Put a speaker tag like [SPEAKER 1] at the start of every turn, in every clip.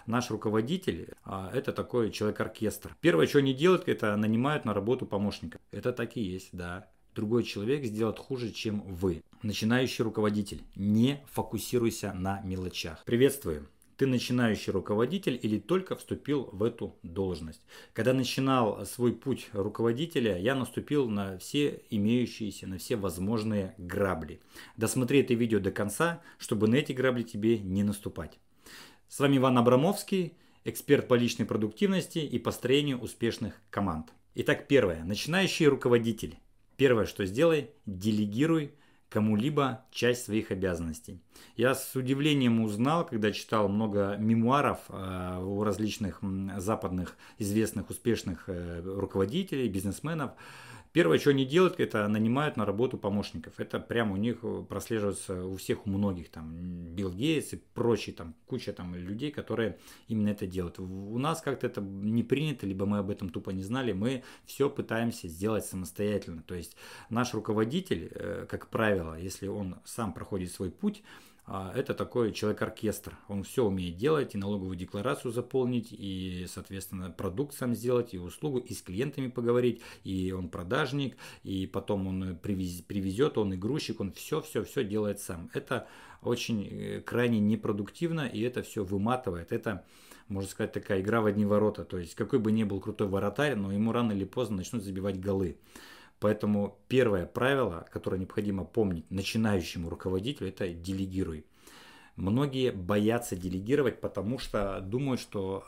[SPEAKER 1] наш руководитель это такой человек-оркестр. Первое, что они делают, это нанимают на работу помощника. Это так и есть, да. Другой человек сделает хуже, чем вы. Начинающий руководитель. Не фокусируйся на мелочах. Приветствую. Ты начинающий руководитель или только вступил в эту должность? Когда начинал свой путь руководителя, я наступил на все имеющиеся, на все возможные грабли. Досмотри это видео до конца, чтобы на эти грабли тебе не наступать. С вами Иван Абрамовский, эксперт по личной продуктивности и построению успешных команд. Итак, первое. Начинающий руководитель. Первое, что сделай, делегируй кому-либо часть своих обязанностей. Я с удивлением узнал, когда читал много мемуаров у различных западных известных успешных руководителей, бизнесменов. Первое, что они делают, это нанимают на работу помощников. Это прямо у них прослеживается у всех, у многих, там, Билл Гейтс и прочие, там, куча там людей, которые именно это делают. У нас как-то это не принято, либо мы об этом тупо не знали, мы все пытаемся сделать самостоятельно. То есть наш руководитель, как правило, если он сам проходит свой путь, это такой человек-оркестр. Он все умеет делать, и налоговую декларацию заполнить, и, соответственно, продукт сам сделать, и услугу, и с клиентами поговорить, и он продажник, и потом он привезет, он и грузчик, он все делает сам. Это очень крайне непродуктивно, и это все выматывает. Это, можно сказать, такая игра в одни ворота. То есть, какой бы ни был крутой воротарь, но ему рано или поздно начнут забивать голы. Поэтому первое правило, которое необходимо помнить начинающему руководителю, это делегируй. Многие боятся делегировать, потому что думают, что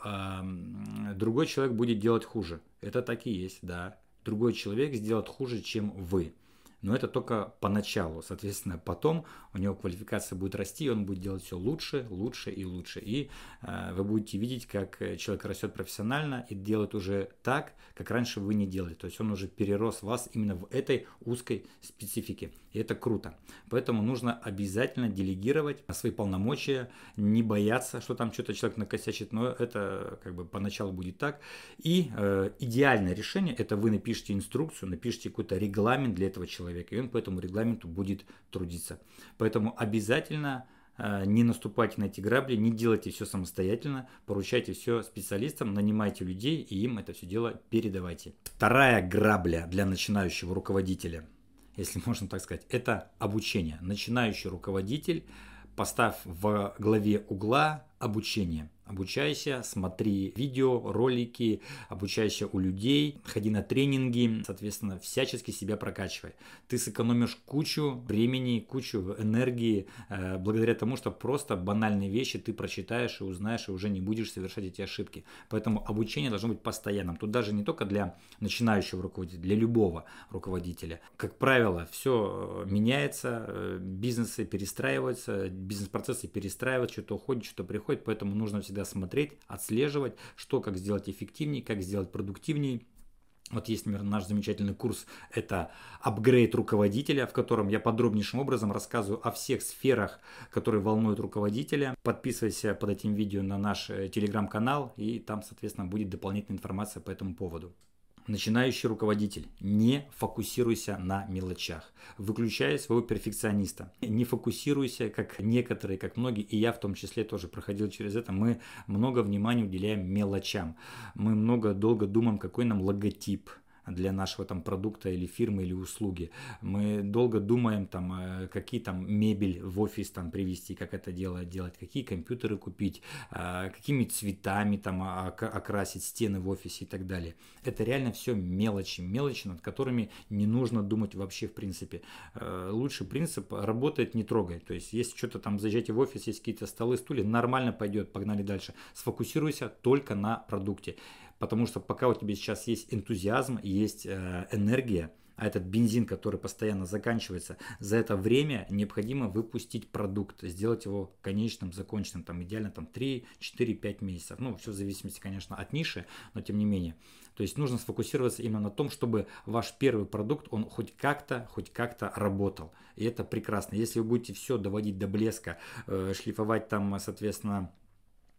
[SPEAKER 1] другой человек будет делать хуже. Это так и есть, да. Другой человек сделает хуже, чем вы. Но это только поначалу. Соответственно, потом у него квалификация будет расти, и он будет делать все лучше, лучше и лучше. И вы будете видеть, как человек растет профессионально и делает уже так, как раньше вы не делали. То есть он уже перерос вас именно в этой узкой специфике. И это круто. Поэтому нужно обязательно делегировать свои полномочия, не бояться, что там что-то человек накосячит, но это как бы поначалу будет так. И идеальное решение – это вы напишите инструкцию, напишите какой-то регламент для этого человека, и он по этому регламенту будет трудиться. Поэтому обязательно не наступайте на эти грабли, не делайте все самостоятельно, поручайте все специалистам, нанимайте людей и им это все дело передавайте. Вторая грабля для начинающего руководителя, если можно так сказать, это обучение. Начинающий руководитель, поставь в главе угла обучение. Обучайся, смотри видео, ролики, обучайся у людей, ходи на тренинги, соответственно, всячески себя прокачивай. Ты сэкономишь кучу времени, кучу энергии, благодаря тому, что просто банальные вещи ты прочитаешь и узнаешь, и уже не будешь совершать эти ошибки. Поэтому обучение должно быть постоянным. Тут даже не только для начинающего руководителя, для любого руководителя. Как правило, все меняется, бизнесы перестраиваются, бизнес-процессы перестраиваются, что-то уходит, что-то приходит, поэтому нужно всегда смотреть, отслеживать, что как сделать эффективнее, как сделать продуктивнее. Вот есть, например, наш замечательный курс, это апгрейд руководителя, в котором я подробнейшим образом рассказываю о всех сферах, которые волнуют руководителя. Подписывайся под этим видео на наш телеграм-канал, и там, соответственно, будет дополнительная информация по этому поводу. Начинающий руководитель, не фокусируйся на мелочах, выключай своего перфекциониста, не фокусируйся, как некоторые, как многие, и я в том числе тоже проходил через это, мы много внимания уделяем мелочам, мы долго думаем, какой нам логотип для нашего там продукта или фирмы или услуги. Мы долго думаем, там, какие там мебель в офис там привезти, как это дело делать, какие компьютеры купить, какими цветами там окрасить стены в офисе и так далее. Это реально все мелочи, над которыми не нужно думать вообще в принципе. Лучший принцип: работает, не трогай. То есть, если что-то там заезжаете в офис, есть какие-то столы, стулья, нормально пойдет, погнали дальше. Сфокусируйся только на продукте. Потому что пока у тебя сейчас есть энтузиазм, есть энергия, а этот бензин, который постоянно заканчивается, за это время необходимо выпустить продукт, сделать его конечным, законченным, там идеально там 3, 4, 5 месяцев. Ну, все в зависимости, конечно, от ниши, но тем не менее. То есть нужно сфокусироваться именно на том, чтобы ваш первый продукт, он хоть как-то работал. И это прекрасно. Если вы будете все доводить до блеска, шлифовать там, соответственно,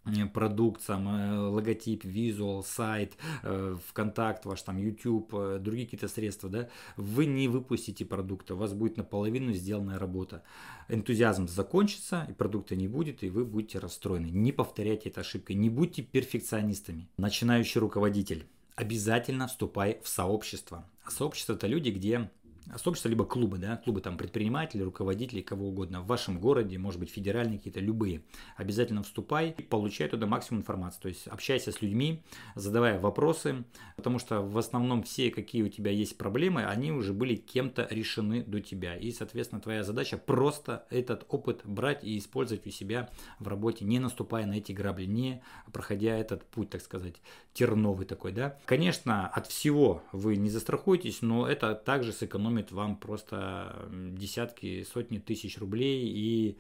[SPEAKER 1] продукт, сам логотип, визуал, сайт, ВКонтакт, ваш там YouTube, другие какие-то средства, да, вы не выпустите продукта, у вас будет наполовину сделанная работа. Энтузиазм закончится, и продукта не будет, и вы будете расстроены. Не повторяйте эту ошибку, не будьте перфекционистами. Начинающий руководитель. Обязательно вступай в сообщество. А сообщество — это люди, где сообщество либо клубы, да, клубы там предпринимателей, руководителей, кого угодно, в вашем городе, может быть, федеральные какие-то, любые. Обязательно вступай и получай туда максимум информации. То есть общайся с людьми, задавая вопросы, потому что в основном все, какие у тебя есть проблемы, они уже были кем-то решены до тебя. И, соответственно, твоя задача просто этот опыт брать и использовать у себя в работе, не наступая на эти грабли, не проходя этот путь, так сказать, терновый такой, да. Конечно, от всего вы не застрахуетесь, но это также сэкономит вам просто десятки, сотни тысяч рублей и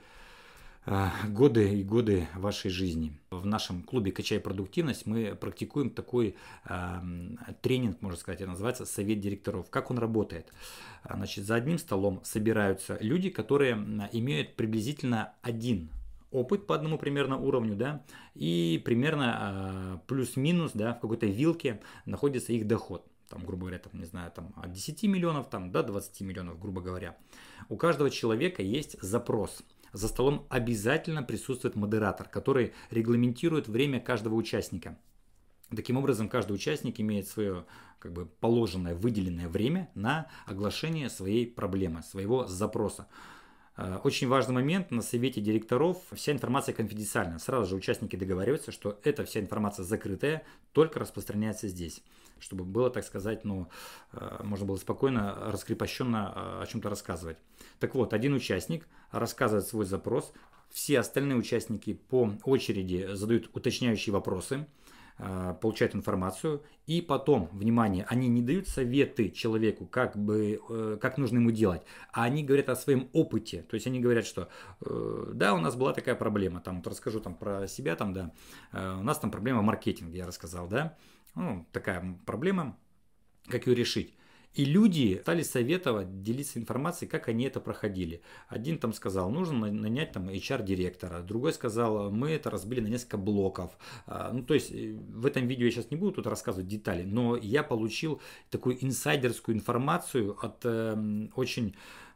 [SPEAKER 1] годы и годы вашей жизни. В нашем клубе «Качай продуктивность» мы практикуем такой тренинг, можно сказать, это называется «Совет директоров». Как он работает? Значит, за одним столом собираются люди, которые имеют приблизительно один опыт по одному примерно уровню, да, и примерно плюс-минус, да, в какой-то вилке находится их доход. Там, грубо говоря, там, не знаю, там, от 10 миллионов там, до 20 миллионов, грубо говоря. У каждого человека есть запрос. За столом обязательно присутствует модератор, который регламентирует время каждого участника. Таким образом, каждый участник имеет свое как бы положенное, выделенное время на оглашение своей проблемы, своего запроса. Очень важный момент: на совете директоров вся информация конфиденциальна. Сразу же участники договариваются, что эта вся информация закрытая, только распространяется здесь, чтобы было, так сказать, можно было спокойно, раскрепощенно о чем-то рассказывать. Так вот, один участник рассказывает свой запрос, все остальные участники по очереди задают уточняющие вопросы, получают информацию, и потом, внимание, они не дают советы человеку, как нужно ему делать, а они говорят о своем опыте. То есть они говорят, что да, у нас была такая проблема, там, вот расскажу там про себя, там, да, у нас там проблема в маркетинге, я рассказал, да, такая проблема, как ее решить. И люди стали советовать, делиться информацией, как они это проходили. Один там сказал, нужно нанять там HR-директора, другой сказал, мы это разбили на несколько блоков. То есть в этом видео я сейчас не буду тут рассказывать детали, но я получил такую инсайдерскую информацию от очень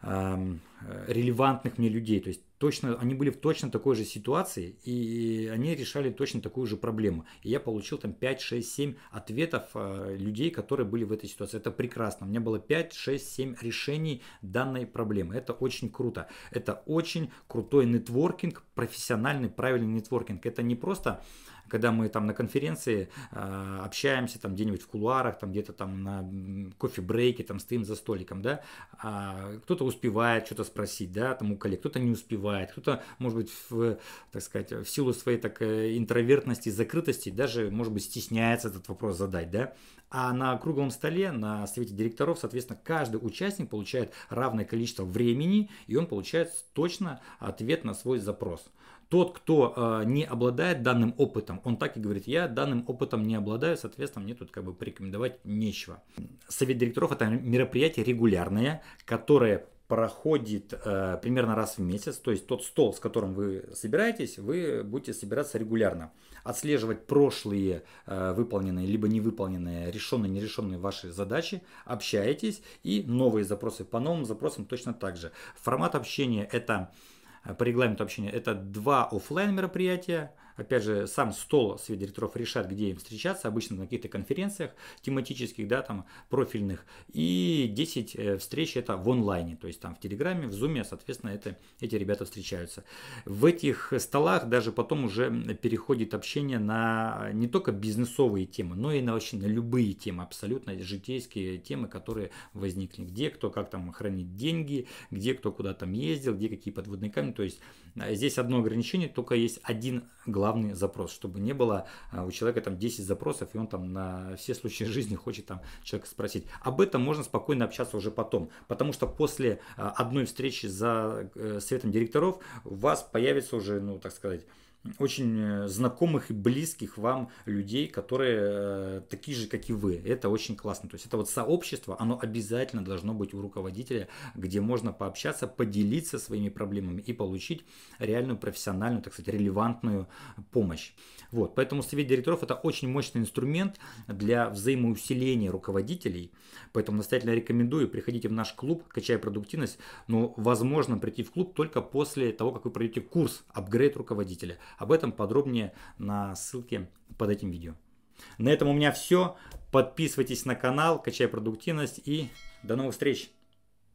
[SPEAKER 1] релевантных мне людей. То есть они были в точно такой же ситуации, и они решали точно такую же проблему. И я получил там 5, 6, 7 ответов людей, которые были в этой ситуации. Это прекрасно. У меня было 5, 6, 7 решений данной проблемы. Это очень круто. Это очень крутой нетворкинг, профессиональный, правильный нетворкинг. Это не просто когда мы там на конференции общаемся там где-нибудь в кулуарах, там где-то там на кофе-брейке, там стоим за столиком, да, кто-то успевает что-то спросить, да, там у коллег, кто-то не успевает, кто-то, может быть, так сказать, в силу своей интровертности, закрытости, даже, может быть, стесняется этот вопрос задать, да. А на круглом столе, на совете директоров, соответственно, каждый участник получает равное количество времени, и он получает точно ответ на свой запрос. Тот, кто не обладает данным опытом, он так и говорит, я данным опытом не обладаю, соответственно, мне тут как бы порекомендовать нечего. Совет директоров — это мероприятие регулярное, которое проходит примерно раз в месяц, то есть тот стол, с которым вы собираетесь, вы будете собираться регулярно, отслеживать прошлые выполненные либо невыполненные, решенные, нерешенные ваши задачи, общаетесь, и новые запросы по новым запросам точно так же. Формат общения — это по регламенту общения это 2 офлайн мероприятия. Опять же, сам стол совет директоров решает, где им встречаться, обычно на каких-то конференциях тематических, да, там, профильных. И 10 встреч это в онлайне, то есть там в Телеграме, в Зуме, соответственно, эти ребята встречаются. В этих столах даже потом уже переходит общение на не только бизнесовые темы, но и на любые темы, абсолютно житейские темы, которые возникли. Где кто как там хранит деньги, где кто куда там ездил, где какие подводные камни. То есть здесь одно ограничение, только есть один главный запрос, чтобы не было у человека там 10 запросов, и он там на все случаи жизни хочет там человека спросить. Об этом можно спокойно общаться уже потом, потому что после одной встречи за советом директоров у вас появится уже, так сказать, очень знакомых и близких вам людей, которые такие же, как и вы. Это очень классно. То есть это вот сообщество, оно обязательно должно быть у руководителя, где можно пообщаться, поделиться своими проблемами и получить реальную профессиональную, так сказать, релевантную помощь. Вот, поэтому совет директоров это очень мощный инструмент для взаимоусиления руководителей. Поэтому настоятельно рекомендую, приходите в наш клуб «Качай продуктивность», но возможно прийти в клуб только после того, как вы пройдете курс «Апгрейд руководителя». Об этом подробнее на ссылке под этим видео. На этом у меня все. Подписывайтесь на канал «Качай продуктивность» и до новых встреч!